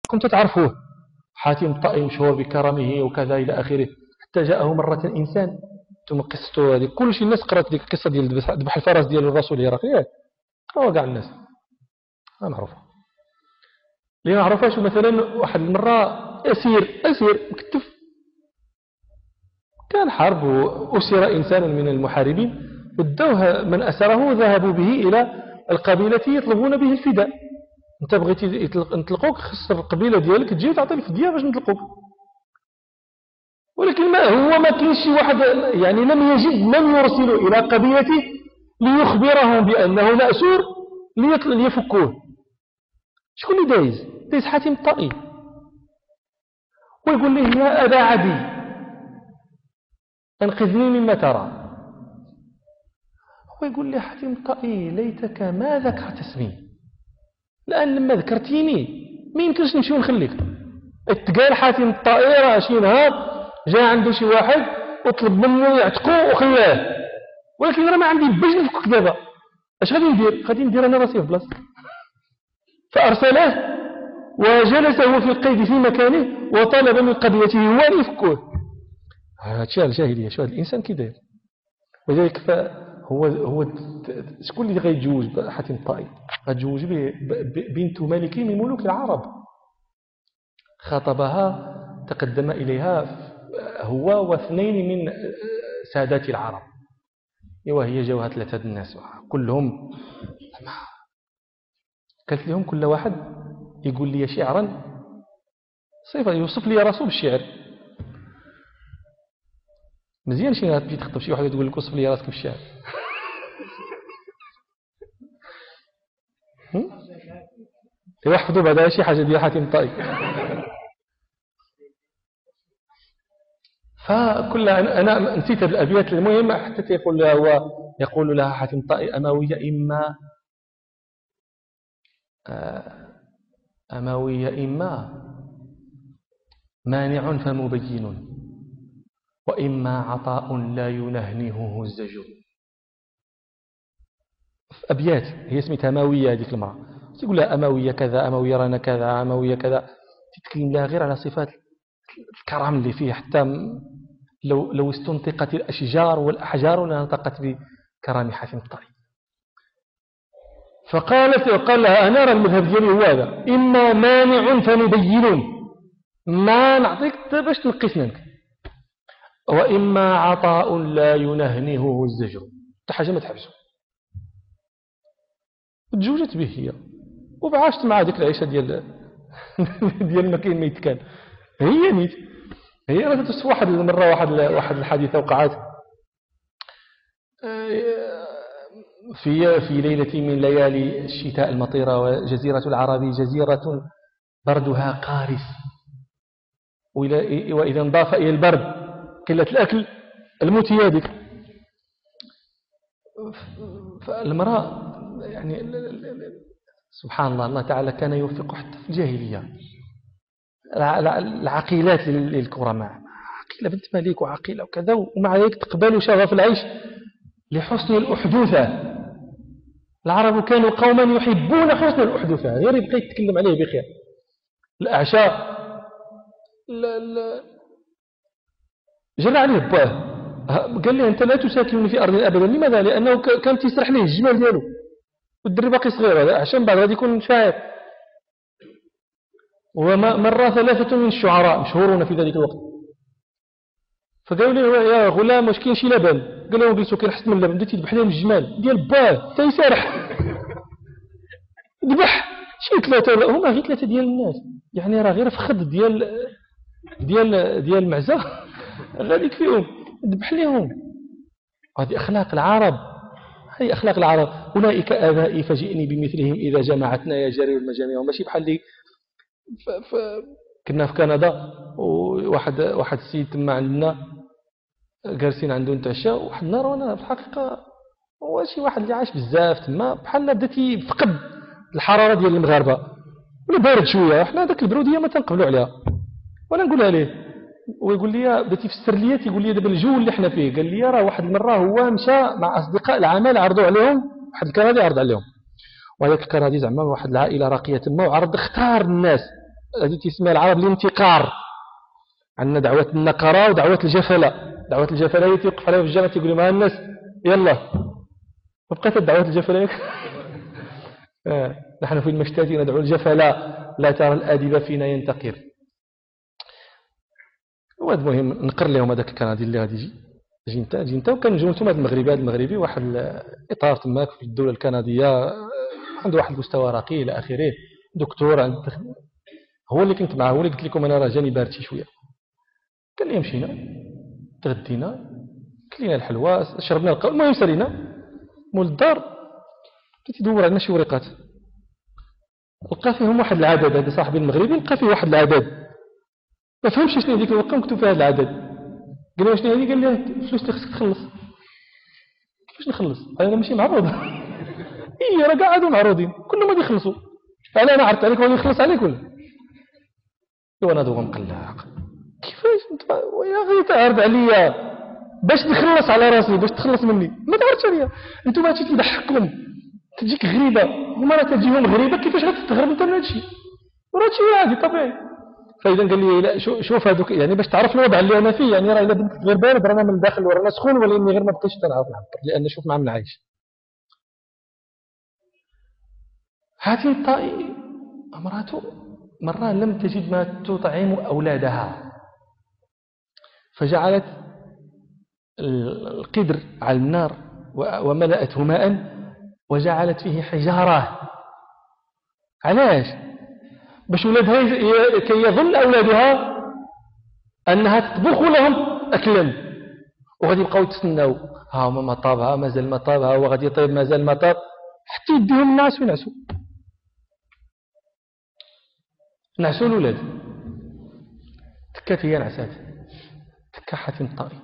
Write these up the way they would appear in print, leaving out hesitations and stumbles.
كنت تعرفوه حاتم الطائي مشهور بكرمه وكذا إلى آخره، حتى جاءه مرة إنسان ثم قصته هذه كل شيء الناس قرأت ديك القصة ديال ذبح الفرس ديال الرسول الهرقل، هو كاع الناس معروفة. اللي معروفة شو مثلا واحد المرة أسير مكتف كان حرب وأسر إنسان من المحاربين ودوه من أسره ذهبوا به إلى القبيلة يطلبون به الفداء. أنت بغيتي نطلقوك خص القبيلة ديالك تجي وتعطي الفدية باش نطلقوك، ولكن ما كاينش شي واحد يعني لم يجد من يرسل إلى قبيلته ليخبرهم بأنه مأسور ليفكوه. شكون اللي دايز حاتم الطائي ويقول له يا أبا عدي انقذني مما ترى. هو يقول لي حاتم الطائي ليتك ما ذكرت اسمي، لأن لما ذكرتيني ما يمكنش نمشي ونخليك. اتقال حاتم الطائي راه شي نهار جاء عنده شي واحد وطلب منه يعتقوه وخلاه، ولكن راه ما عندي باش نفكك دابا. اش غادي ندير انا راسي في بلاصتك. فأرسله وجلسه في القيد في مكانه وطلب من قبيلته هو أن يفكوه. هذا الجاهلية، شو هذا الإنسان كي داير. ولذلك هو شكون اللي غيتزوج حاتم الطائي؟ غتزوج بنت ملك من ملوك العرب، خاطبها تقدم إليها هو واثنين من سادات العرب، وهي جوها 3 الناس كلهم. قالت لهم كل واحد يقول لي شعرا صيفا يوصف لي راسه بالشعر. مزيان شي نهار تجي تخطب شي واحد تقول لك وصف لي راسك بالشعر. يحفظوا بعد شي حاجة ديال حاتم الطائي. فكل أنا نسيت الأبيات المهم حتى يقول لها حاتم الطائي أموية إما مانع فمبين وإما عطاء لا ينهنهه الزجر. أبيات هي اسمها أموية هذيك المرأة، تقول لها أموية كذا أموية رانا كذا أموية كذا، تتكلم لها غير على صفات الكرم اللي فيه، حتى لو استنطقت الأشجار والأحجار لنطقت بكرم حاتم الطائي. قال لها أنا أرى المذهب ديالي هو هذا، إما مانع فنبين ما نعطيك باش تنقي سنانك، وإما عطاء لا ينهنهه الزجر، حتى حاجة ما تحبسه. تزوجت به هي وعاشت مع ذيك العيشة ديال ما كاين ميت كان. هي ميت هي راه تصف واحد المرة واحد الحادثة وقعت في ليلة من ليالي الشتاء المطيرة، وجزيرة العرب جزيرة بردها قارس، وإذا انضاف إلى البرد قلة الأكل الموت يادك. فالمرأة يعني سبحان الله تعالى كان يوفق حتى في الجاهلية العقيلات للكرماء، عقيلة بنت مليك وعقيلة وكذا، ومع ذلك تقبل شغف العيش لحسن الأحدوثة. العرب كانوا قوما يحبون حسن الأحدوثة، غير يبقى يتكلم عليه بخير. الأعشاء جرى عليه باه قال لي أنت لا تساكنني في أرض أبدا. لماذا؟ لأنه كان تسرح ليه الجمال دياله والدري باقي صغير عشان بعد غادي يكون شاعر. ومر 3 من الشعراء مشهورون في ذلك الوقت، فقالوا له يا غلام واش كاين شي لبن؟ قال لهم قلتو كاين حسن من اللبن، بديتي تذبح لهم الجمال ديال باه تيسرح ذبح شي 3 هما غير 3 ديال الناس، يعني راه غير فخذ ديال المعزة غادي يكفيهم ذبح لهم. هذه أخلاق العرب، هذه أخلاق العرب. أولئك آبائي فجئني بمثلهم إذا جمعتنا يا جرير المجامع. وماشي بحال اللي كنا في كندا وواحد السيد تما عندنا جالسين عنده نتعشى واحد النهار، وانا في الحقيقه هو شي واحد اللي عايش بزاف تما بحال بدات يفقد الحراره ديال المغاربه ولا بارد شويه. حنا داك البروديه ما تنقبلوا عليها، وانا نقولها ليه ويقول لي بديتي في السرليات، يقول لي دابا الجو اللي حنا فيه. قال لي راه واحد المره هو مشى مع اصدقاء العمل عرضوا عليهم واحد الكندي عرض عليهم، وهذاك الكندي زعما واحد العائله راقيه تما وعرض اختار الناس هذه تسمى العرب الانتقار. عندنا دعوة النقرة ودعوة الجفلة. دعوة الجفلة هي تيوقف عليها في الجامعة تيقول مع الناس يلا، وبقيت دعوة الجفلة. نحن في المشتات ندعو الجفلة، لا ترى الآدب فينا ينتقر. وهذا مهم نقر لهم هذاك الكندي اللي غادي يجي جي وكان جملتهم هذا المغربي واحد الاطار تماك في الدوله الكنديه، عنده واحد المستوى راقي الى اخره، دكتور هو اللي كنت معه، هو اللي قلت لكم انا راه جاني بارد شي شويه. قال لي مشينا تغدينا كلينا الحلوى شربنا القهوه، المهم سالينا مول الدار بديت يدور علينا شي ورقات، لقى فيهم واحد العدد. هذا صاحبي المغربي لقى فيه واحد العدد، ما فهمش شنو هذيك الورقه مكتوب فيها هذا العدد. قال له شنو هذه؟ قال لي الفلوس اللي خصك تخلص. كيفاش نخلص؟ انا ماشي معروض. اي راه قاعدوا معروضين كلهم غادي يخلصوا، انا عرفت عليك غادي نخلص عليك ولا؟ وانا دوغ مقلق، كيفاش انت يا اخي تعرض عليا باش نخلص على راسي، باش تخلص مني؟ ما تعرضش عليا. انتم هادشي تضحككم، تجيك غريبه، هما راه تجيهم غريبه، كيفاش غتستغرب انت من هادشي؟ وراه شي عادي طبيعي. فاذا قال لي لا شوف هذوك يعني باش تعرف الوضع اللي انا فيه، يعني راه الا بديت غير بارد رانا من الداخل ورانا سخون، ولا اني غير ما بقيتش تنعرف نعبر، لان شوف مع من عايش. هذه الطائي امراته مرة لم تجد ما تطعم أولادها، فجعلت القدر على النار وملأته ماء وجعلت فيه حجارة. علاش؟ باش أولادها كي يظن أولادها أنها تطبخ لهم أكلا، وغادي يبقاو يتسناو ها هما ما طابها مازال ما طابها وغادي يطيب مازال ما طاب، حتى يديهم الناس وينعسوا. نعسوا الولاد، تكات هي نعسات، تكا حاتم طائي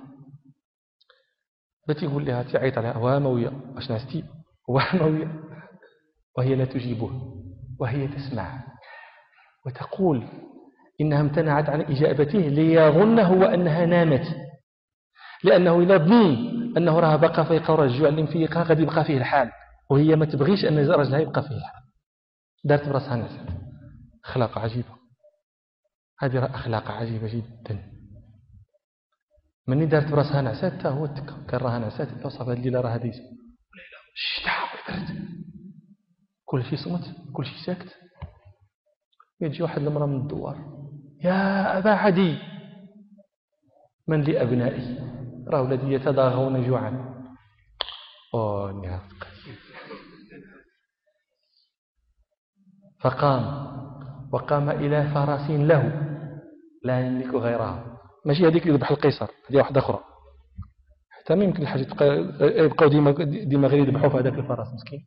بتي يقول لها تعيط عليها وهموية واش نعستي وهموية، وهي لا تجيبه وهي تسمع وتقول إنها امتنعت عن إجابته ليظن هو أنها نامت، لأنه إذا ظن أنه راه بقى في قرى الجوع اللي مفيقها قد يبقى فيه الحال، وهي ما تبغيش أن رجلها يبقى فيه الحال. دارت براسها نعسات. أخلاق عجيبة، هذه أخلاق عجيبة جدا. مني دارت براسها نعسات تا هو تكا كان راها نعسات وصف هذه الليله راه هذه الشتاء والبرد كل شيء صمت كل شيء ساكت. يجي واحد المرأة من الدوار، يا أبا عدي من لي أبنائي راه ولدي يتضاغون جوعا. فقام وقام إلى فرس له لا يملك غيرها، ماشي هذيك اللي ذبح القيصر، هذه واحدة أخرى. حتى ما يمكن الحاجة يبقاو ديما غير يذبحوا في هذاك الفرس مسكين.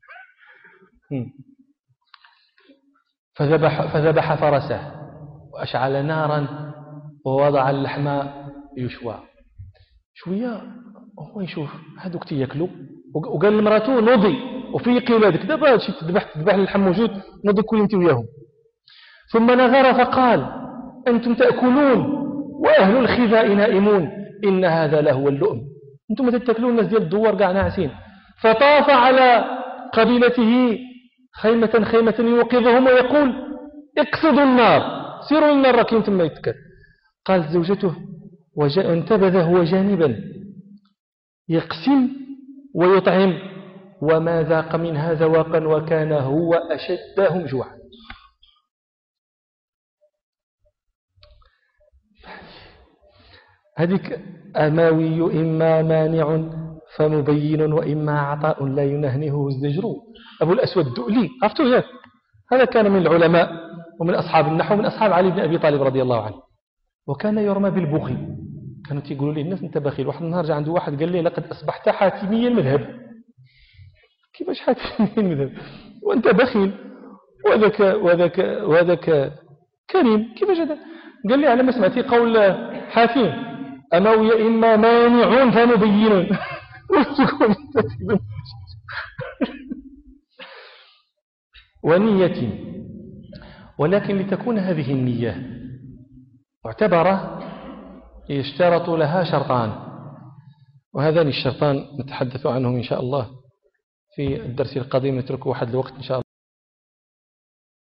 فذبح فرسه وأشعل نارا ووضع اللحم يشوى. شوية هو يشوف هذوك تياكلوا، وقال لمراته نوضي وفيقي ولادك دابا هادشي تذبح اللحم موجود، نوضي كلي انت وياهم. ثم نظر فقال أنتم تأكلون وأهل الخذاء نائمون، إن هذا لهو اللؤم. أنتم تتأكلون، الناس ديال الدوار قاع ناعسين. فطاف على قبيلته خيمة يوقظهم ويقول اقصدوا النار، سيروا النار راكين ثم يتكل. قالت زوجته وانتبذ هو جانبا يقسم ويطعم، وما ذاق منها ذواقا وكان هو أشدهم جوعا. هذيك أماوي إما مانع فمبين وإما عطاء لا ينهنه الزجر. أبو الأسود الدؤلي عرفتوه؟ هذا كان من العلماء ومن أصحاب النحو ومن أصحاب علي بن أبي طالب رضي الله عنه، وكان يرمى بالبخل. كانوا يقولوا لي الناس أنت بخيل. واحد النهار جاء عنده واحد قال لي لقد أصبحت حاتمي المذهب. كيفاش حاتمي المذهب وأنت بخيل؟ وذاك كريم، كيفاش هذا؟ قال لي على ما سمعتي قول حاتم أموي إما مانع فمبين. ونية، ولكن لتكون هذه النية معتبرة يشترط لها شرطان، وهذان الشرطان نتحدث عنهم إن شاء الله في الدرس القادم، نترك واحد الوقت إن شاء الله.